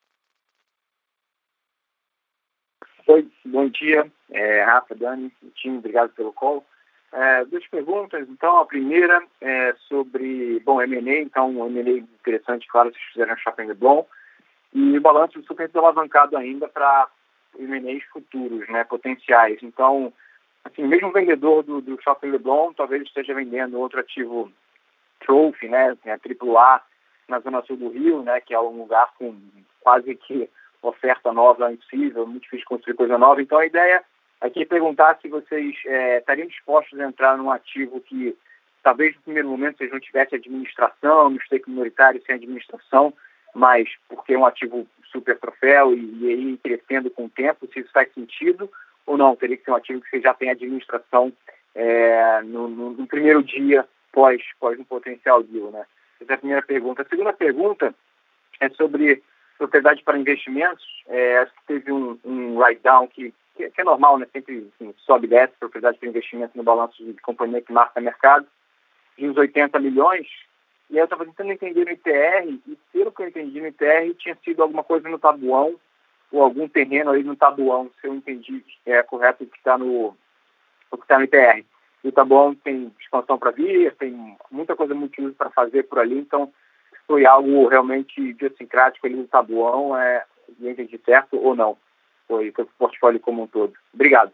Oi, bom dia. É, Rafa, Dani, time, obrigado pelo call. É, duas perguntas. Então, a primeira é sobre, bom, M and A. Então, um M and A interessante, claro, vocês fizeram Shopping Leblon. E o balanço super alavancado ainda para M and As futuros, né, potenciais. Então, assim, mesmo o vendedor do, do Shopping Leblon talvez esteja vendendo outro ativo trophy, né, a triplo A na zona sul do Rio, né, que é um lugar com quase que oferta nova impossível, muito difícil construir coisa nova. Então, a ideia aqui é perguntar se vocês é, estariam dispostos a entrar num ativo que talvez no primeiro momento vocês não tivessem administração, no stake minoritário sem administração, mas porque é um ativo super troféu e, e aí crescendo com o tempo, se isso faz sentido ou não, teria que ser um ativo que você já tem administração é, no, no, no primeiro dia pós, pós um potencial deal, né? Essa é a primeira pergunta. A segunda pergunta é sobre propriedade para investimentos. É, acho que teve um, um write-down que, que, que é normal, né? Sempre assim, sobe e desce propriedade para investimento no balanço de companhia que marca mercado, de uns oitenta milhões. E aí eu estava tentando entender no I T R, e pelo que eu entendi no I T R, tinha sido alguma coisa no Tabuão, ou algum terreno aí no Tabuão, se eu entendi é correto o que está no, o que tá no I T R. E o Tabuão tem expansão para vir, tem muita coisa multiuso para fazer por ali, então foi algo realmente idiosincrático ali no Tabuão, é, eu entendi certo ou não? Foi, foi o portfólio como um todo. Obrigado.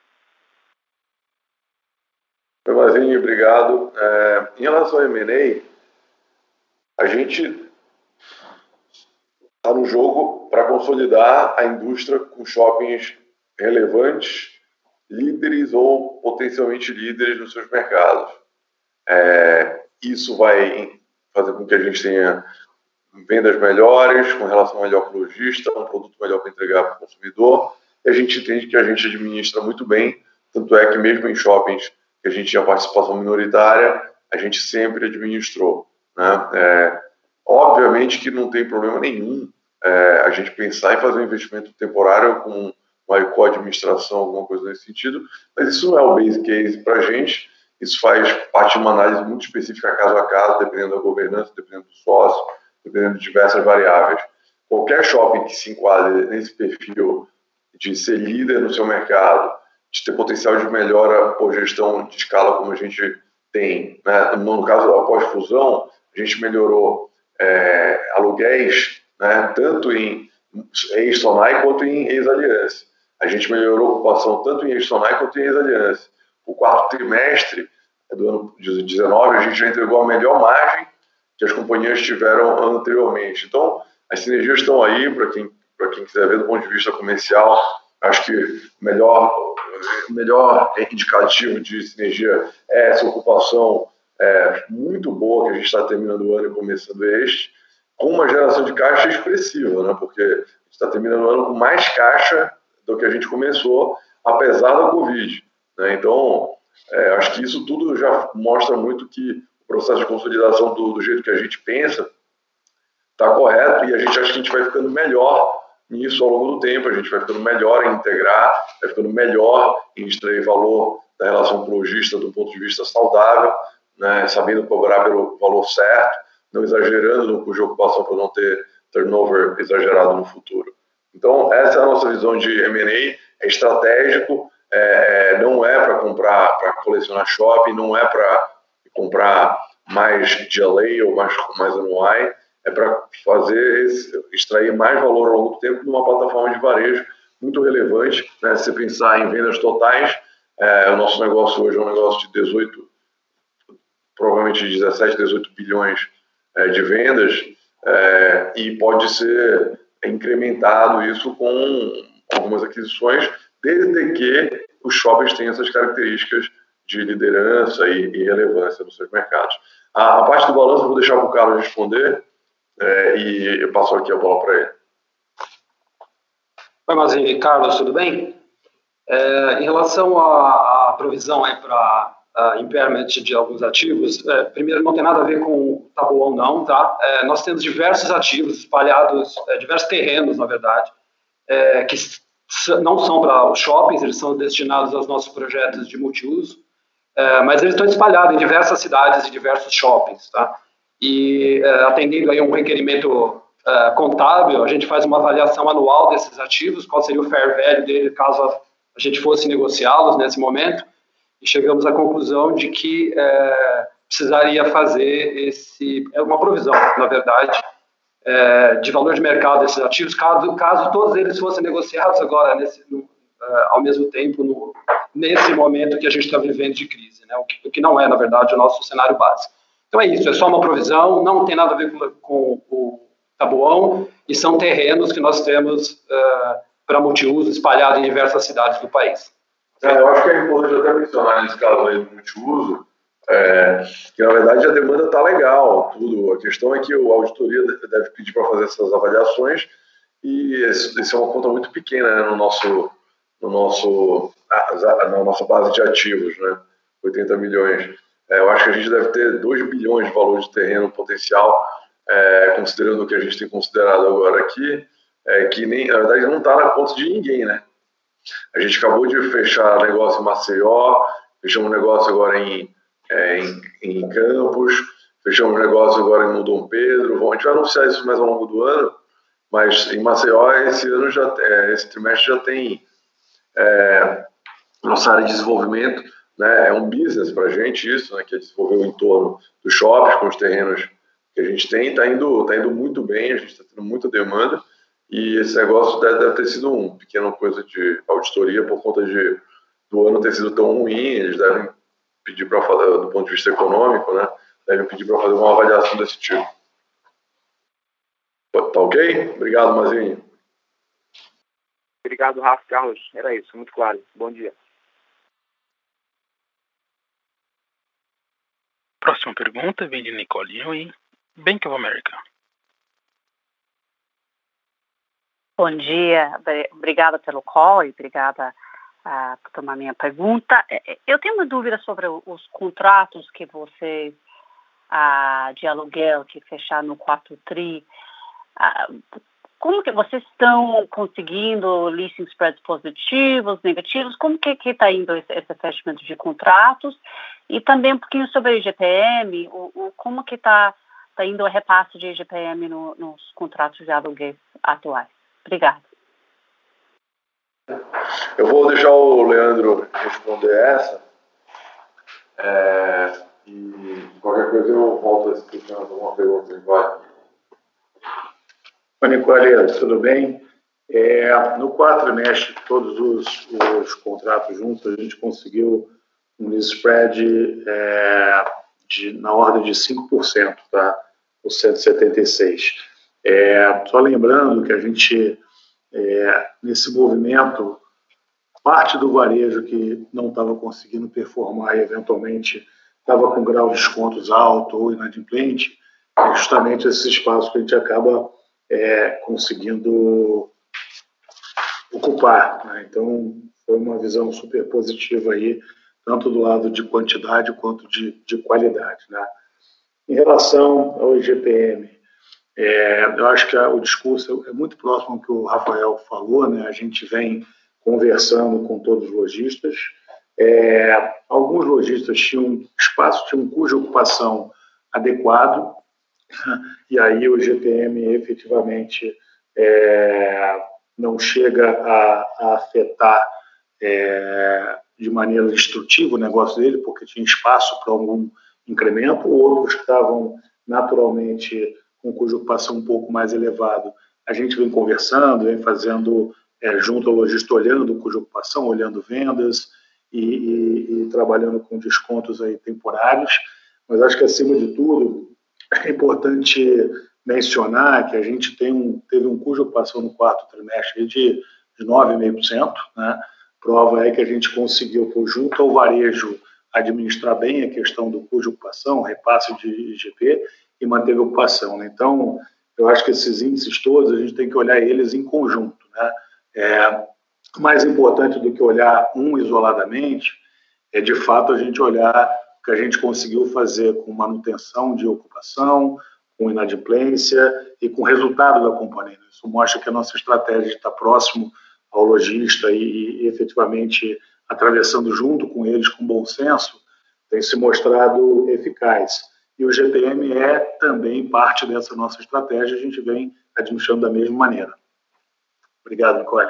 Mazinho, obrigado. É, em relação ao M and A, a gente está no jogo para consolidar a indústria com shoppings relevantes, líderes ou potencialmente líderes nos seus mercados. É, isso vai fazer com que a gente tenha vendas melhores, com relação melhor para o lojista, um produto melhor para entregar para o consumidor, e a gente entende que a gente administra muito bem, tanto é que mesmo em shoppings que a gente tinha participação minoritária, a gente sempre administrou, né? É, obviamente que não tem problema nenhum é, a gente pensar em fazer um investimento temporário com uma co-administração, alguma coisa nesse sentido, mas isso não é o base case para a gente, isso faz parte de uma análise muito específica caso a caso, dependendo da governança, dependendo do sócio, dependendo de diversas variáveis. Qualquer shopping que se enquadre nesse perfil de ser líder no seu mercado, de ter potencial de melhora por gestão de escala como a gente tem, né? No caso, após fusão, a gente melhorou é, aluguéis, né? Tanto em ex-Sonai quanto em ex-Aliança. A gente melhorou a ocupação tanto em ex-Sonai quanto em ex-Aliança. O quarto trimestre do ano de dezenove, a gente já entregou a melhor margem que as companhias tiveram anteriormente. Então, as sinergias estão aí para quem, para quem quiser ver do ponto de vista comercial. Acho que o melhor, melhor indicativo de sinergia é essa ocupação é, muito boa que a gente está terminando o ano e começando este, com uma geração de caixa expressiva, né? Porque a gente está terminando o ano com mais caixa do que a gente começou, apesar da Covid, né? Então, é, acho que isso tudo já mostra muito que o processo de consolidação do, do jeito que a gente pensa está correto, e a gente acha que a gente vai ficando melhor nisso ao longo do tempo, a gente vai ficando melhor em integrar, vai ficando melhor em extrair valor da relação com o lojista do ponto de vista saudável, né, sabendo cobrar pelo valor certo, não exagerando no custo de ocupação para não ter turnover exagerado no futuro. Então, essa é a nossa visão de M and A, é estratégico, é, não é para comprar, para colecionar shopping, não é para comprar mais G L A ou mais, mais anuai, é para fazer, extrair mais valor ao longo do tempo numa plataforma de varejo muito relevante, né? Se você pensar em vendas totais, é, o nosso negócio hoje é um negócio de dezoito, provavelmente dezessete, dezoito bilhões é, de vendas, é, e pode ser incrementado isso com algumas aquisições, desde que os shoppings tenham essas características de liderança e, e relevância nos seus mercados. A, a parte do balanço eu vou deixar para o Carlos responder, é, e eu passo aqui a bola para ele. Oi, Mazini. Carlos, tudo bem? É, em relação à, à provisão para uh, impairment de alguns ativos, é, primeiro, não tem nada a ver com tabuão, não, tá? É, nós temos diversos ativos espalhados, é, diversos terrenos, na verdade, é, que não são para os shoppings, eles são destinados aos nossos projetos de multiuso, é, mas eles estão espalhados em diversas cidades e diversos shoppings, tá? E é, atendendo aí um requerimento é, contábil, a gente faz uma avaliação anual desses ativos, qual seria o fair value dele caso a, a gente fosse negociá-los nesse momento, e chegamos à conclusão de que é, precisaria fazer esse, é uma provisão, na verdade, é, de valor de mercado desses ativos, caso, caso todos eles fossem negociados agora, nesse, no, é, ao mesmo tempo, no, nesse momento que a gente está vivendo de crise, né? o, que, o que não é, na verdade, o nosso cenário básico. Então é isso, é só uma provisão, não tem nada a ver com, com o tabuão, e são terrenos que nós temos uh, para multiuso espalhados em diversas cidades do país. É, eu acho que é importante até mencionar nesse caso aí do multiuso, é, que na verdade a demanda está legal, tudo. A questão é que a auditoria deve pedir para fazer essas avaliações, e isso é uma conta muito pequena, né, no nosso, no nosso, na nossa base de ativos, né, oitenta milhões. É, eu acho que a gente deve ter dois bilhões de valor de terreno potencial, é, considerando o que a gente tem considerado agora aqui, é, que nem, na verdade não está na conta de ninguém, né? A gente acabou de fechar negócio em Maceió, fechamos um negócio agora em, é, em, em Campos, fechamos um negócio agora em Dom Pedro. Bom, a gente vai anunciar isso mais ao longo do ano, mas em Maceió esse ano já, é, esse trimestre já tem é, nossa área de desenvolvimento, né, é um business para a gente isso, né, que é desenvolver o entorno dos shoppings com os terrenos que a gente tem, está indo, tá indo muito bem, a gente está tendo muita demanda, e esse negócio deve, deve ter sido uma pequena coisa de auditoria por conta de, do ano ter sido tão ruim. Eles devem pedir para fazer, do ponto de vista econômico, né, devem pedir para fazer uma avaliação desse tipo. Tá ok? Obrigado, Mazinho. Obrigado, Rafa, Carlos. Era isso, muito claro. Bom dia. Próxima pergunta vem de Nicole Yuen, Bank of America. Bom dia, obrigada pelo call e obrigada uh, por tomar minha pergunta. Eu tenho uma dúvida sobre os contratos que vocês uh, de aluguel que fecharam no quarto tri. Uh, como que vocês estão conseguindo leasing spreads positivos, negativos? Como que está indo esse, esse fechamento de contratos? E também um pouquinho sobre o I G P M, o, o, como que está tá indo o repasse de I G P M no, nos contratos de aluguéis atuais? Obrigada. Eu vou deixar o Leandro responder essa. É, e qualquer coisa eu volto a esse questionamento, alguma pergunta que vai. Oi, Nicole, tudo bem? É, no quarto trimestre, todos os, os contratos juntos, a gente conseguiu um lease spread é, de, na ordem de cinco por cento, tá? O cento e setenta e seis. É, só lembrando que a gente, é, nesse movimento, parte do varejo que não estava conseguindo performar e, eventualmente, estava com grau de descontos alto ou inadimplente, é justamente esse espaço que a gente acaba é, conseguindo ocupar. Né? Então, foi uma visão super positiva aí, tanto do lado de quantidade quanto de, de qualidade. Né? Em relação ao I G P M, é, eu acho que a, o discurso é muito próximo ao que o Rafael falou, né? A gente vem conversando com todos os lojistas. É, alguns lojistas tinham espaço, tinham cuja ocupação adequado, e aí o I G P M efetivamente é, não chega a, a afetar é, de maneira destrutiva o negócio dele, porque tinha espaço para algum incremento, outros que estavam naturalmente com cuja ocupação um pouco mais elevado. A gente vem conversando, vem fazendo é, junto ao lojista, olhando cuja ocupação, olhando vendas e, e, e trabalhando com descontos aí temporários, mas acho que acima de tudo é importante mencionar que a gente tem um, teve um cuja ocupação no quarto trimestre de, de nove vírgula cinco por cento, né? Prova é que a gente conseguiu, junto ao varejo, administrar bem a questão do cuja ocupação, repasse de I G P e manteve a ocupação. Né? Então, eu acho que esses índices todos, a gente tem que olhar eles em conjunto. Né? É, mais importante do que olhar um isoladamente é, de fato, a gente olhar o que a gente conseguiu fazer com manutenção de ocupação, com inadimplência e com resultado da companhia. Isso mostra que a nossa estratégia de estar próximo ao lojista e, e efetivamente atravessando junto com eles com bom senso, tem se mostrado eficaz. E o G P M é também parte dessa nossa estratégia, a gente vem administrando da mesma maneira. Obrigado, Nicole.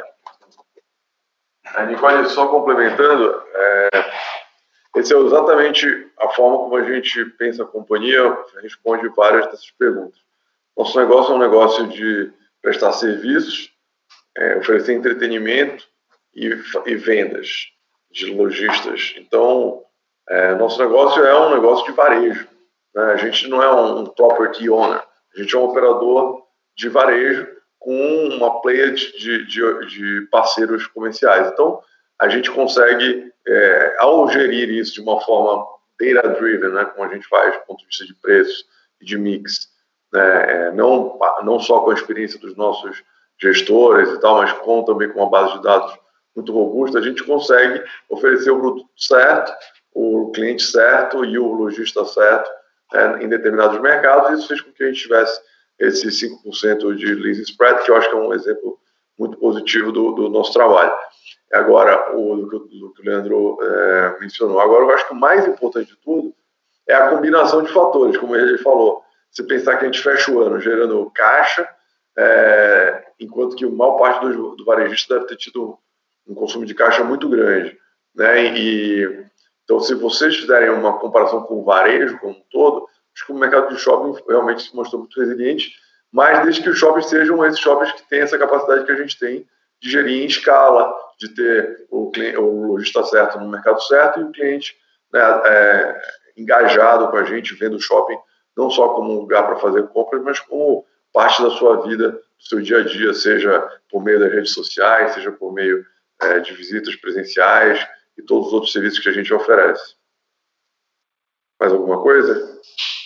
A Nicole, só complementando, é, esse é exatamente a forma como a gente pensa a companhia, responde várias dessas perguntas. Nosso negócio é um negócio de prestar serviços, é, oferecer entretenimento e, e vendas de lojistas. Então, é, nosso negócio é um negócio de varejo. Né? A gente não é um property owner, a gente é um operador de varejo com uma playa de, de, de, de parceiros comerciais. Então, a gente consegue, é, ao gerir isso de uma forma data-driven, né, como a gente faz do ponto de vista de preço e de mix, né, é, não, não só com a experiência dos nossos gestores e tal, mas com, também com uma base de dados muito robusta, a gente consegue oferecer o produto certo, o cliente certo e o lojista certo é, em determinados mercados, e isso fez com que a gente tivesse esse cinco por cento de lease spread, que eu acho que é um exemplo muito positivo do, do nosso trabalho. Agora, o do que o Leandro é, mencionou. Agora, eu acho que o mais importante de tudo é a combinação de fatores, como ele falou. Se pensar que a gente fecha o ano gerando caixa, é, enquanto que a maior parte do, do varejista deve ter tido um consumo de caixa muito grande. Né? E, então, se vocês fizerem uma comparação com o varejo como um todo, acho que o mercado de shopping realmente se mostrou muito resiliente, mas desde que os shoppings sejam esses shoppings que têm essa capacidade que a gente tem de gerir em escala, de ter o, cliente, o lojista certo no mercado certo e o cliente, né, é, engajado com a gente, vendo o shopping não só como um lugar para fazer compras, mas como parte da sua vida, do seu dia a dia, seja por meio das redes sociais, seja por meio é, de visitas presenciais e todos os outros serviços que a gente oferece. Mais alguma coisa?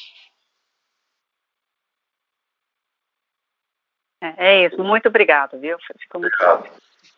É isso, muito obrigado, viu? Ficou muito obrigado.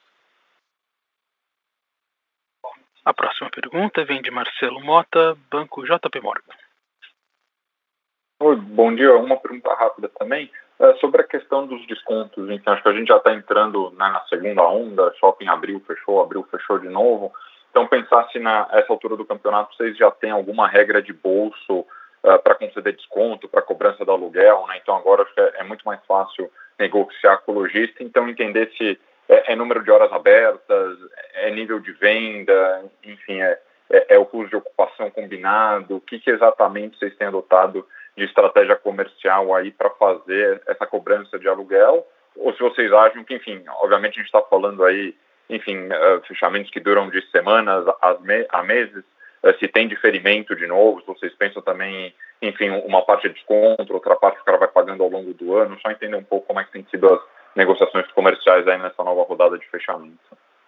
A próxima pergunta vem de Marcelo Mota, Banco J P Morgan. Oi, bom dia. Uma pergunta rápida também é sobre a questão dos descontos. Então, acho que a gente já está entrando, né, na segunda onda, shopping abriu, fechou, abriu, fechou de novo. Então, pensar se nessa altura do campeonato vocês já têm alguma regra de bolso uh, para conceder desconto, para cobrança do aluguel, né? Então, agora acho que é, é muito mais fácil negociar com o lojista, então entender se é, é número de horas abertas, é nível de venda, enfim, é, é, é o custo de ocupação combinado, o que, que exatamente vocês têm adotado de estratégia comercial aí para fazer essa cobrança de aluguel, ou se vocês acham que, enfim, obviamente a gente está falando aí, enfim, uh, fechamentos que duram de semanas a, me a meses, uh, se tem diferimento de novo, se vocês pensam também, enfim, uma parte é desconto, outra parte o cara vai pagando ao longo do ano, só entender um pouco como é que tem sido as negociações comerciais aí nessa nova rodada de fechamento.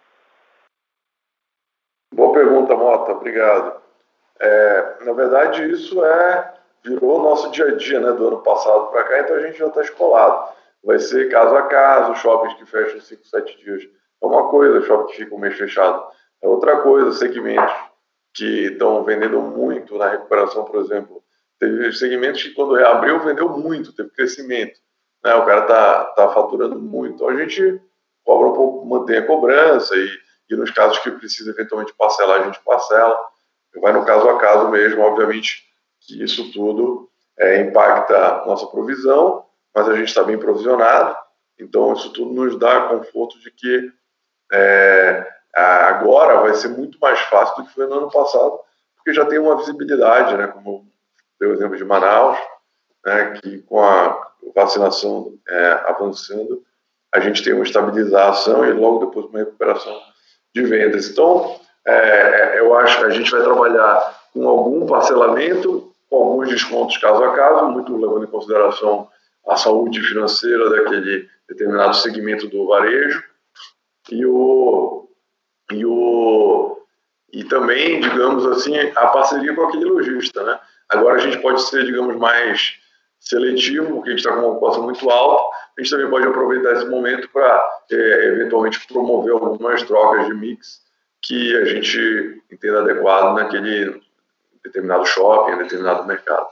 Boa pergunta, Mota, obrigado. É, na verdade, isso é, virou o nosso dia a dia, né, do ano passado para cá, então a gente já está escolado. Vai ser caso a caso, shoppings que fecham cinco, sete dias é uma coisa, shopping que fica um mês fechado é outra coisa, segmentos que estão vendendo muito na recuperação, por exemplo, teve segmentos que quando reabriu vendeu muito, teve crescimento, né, o cara está tá faturando muito, então a gente cobra um pouco, mantém a cobrança e, e nos casos que precisa eventualmente parcelar, a gente parcela, vai no caso a caso mesmo, obviamente que isso tudo é, impacta a nossa provisão, mas a gente está bem provisionado, então isso tudo nos dá conforto de que é, agora vai ser muito mais fácil do que foi no ano passado, porque já tem uma visibilidade, né, como eu dei o exemplo de Manaus, né, que com a vacinação é, avançando, a gente tem uma estabilização e logo depois uma recuperação de vendas. Então, é, eu acho que a gente vai trabalhar com algum parcelamento, com alguns descontos caso a caso, muito levando em consideração a saúde financeira daquele determinado segmento do varejo e o e o e também, digamos assim, a parceria com aquele lojista, né? Agora a gente pode ser, digamos, mais seletivo, porque a gente está com uma ocupação muito alta, a gente também pode aproveitar esse momento para é, eventualmente promover algumas trocas de mix que a gente entenda adequado naquele determinado shopping, determinado mercado.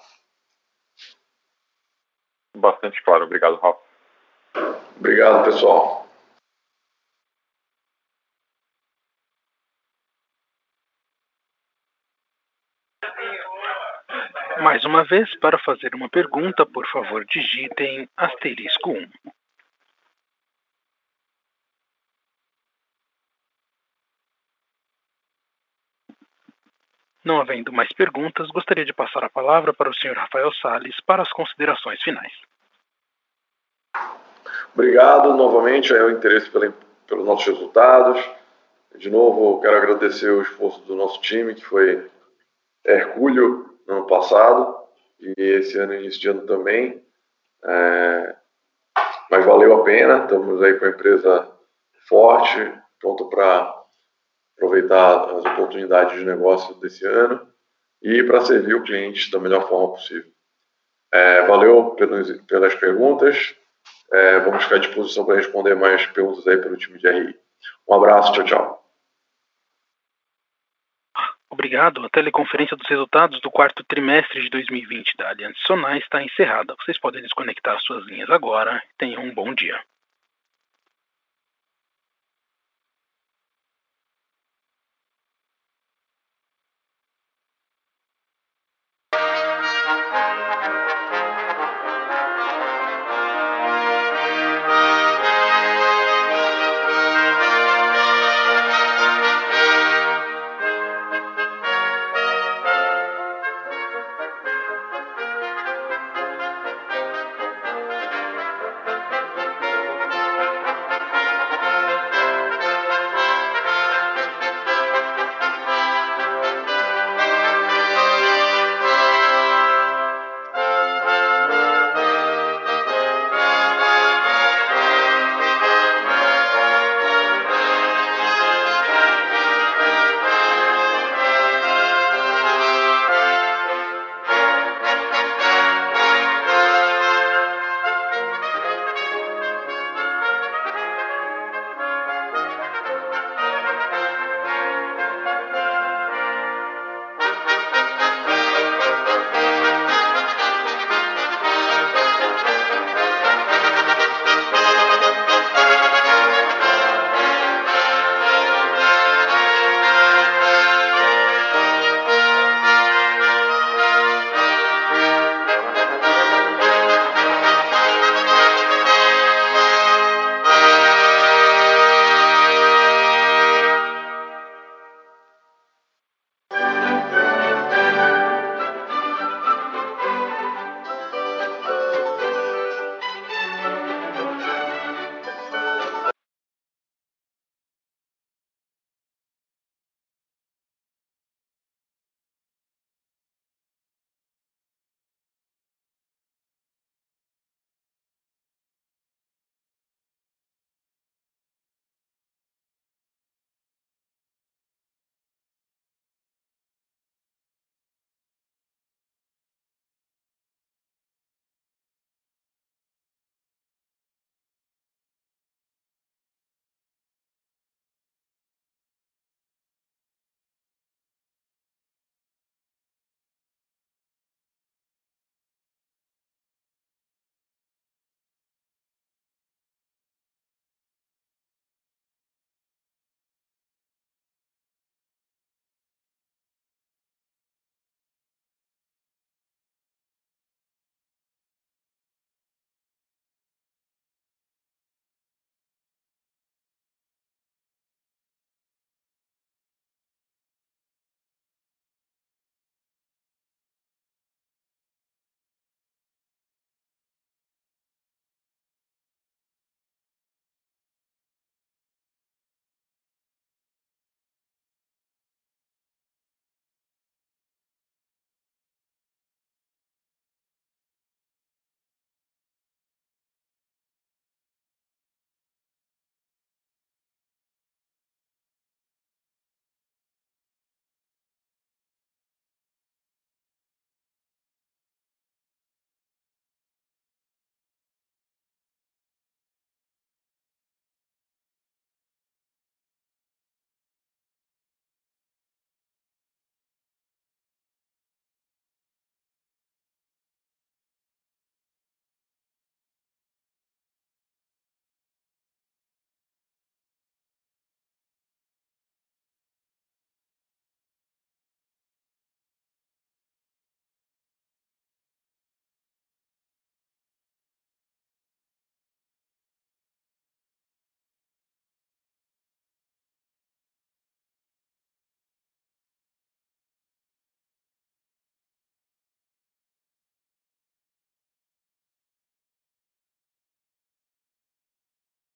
Bastante claro. Obrigado, Rafa. Obrigado, pessoal. Mais uma vez, para fazer uma pergunta, por favor, digitem asterisco um. Não havendo mais perguntas, gostaria de passar a palavra para o senhor Rafael Salles para as considerações finais. Obrigado novamente ao interesse pela, pelos nossos resultados. De novo, quero agradecer o esforço do nosso time, que foi hercúleo no ano passado e esse ano, início de ano também. É, mas valeu a pena, estamos aí com a empresa forte, pronta para aproveitar as oportunidades de negócio desse ano e para servir o cliente da melhor forma possível. É, valeu pelos, pelas perguntas. É, vamos ficar à disposição para responder mais perguntas aí pelo time de R I. Um abraço, tchau, tchau. Obrigado. A teleconferência dos resultados do quarto trimestre de dois mil e vinte da Aliança Sonai está encerrada. Vocês podem desconectar suas linhas agora. Tenham um bom dia.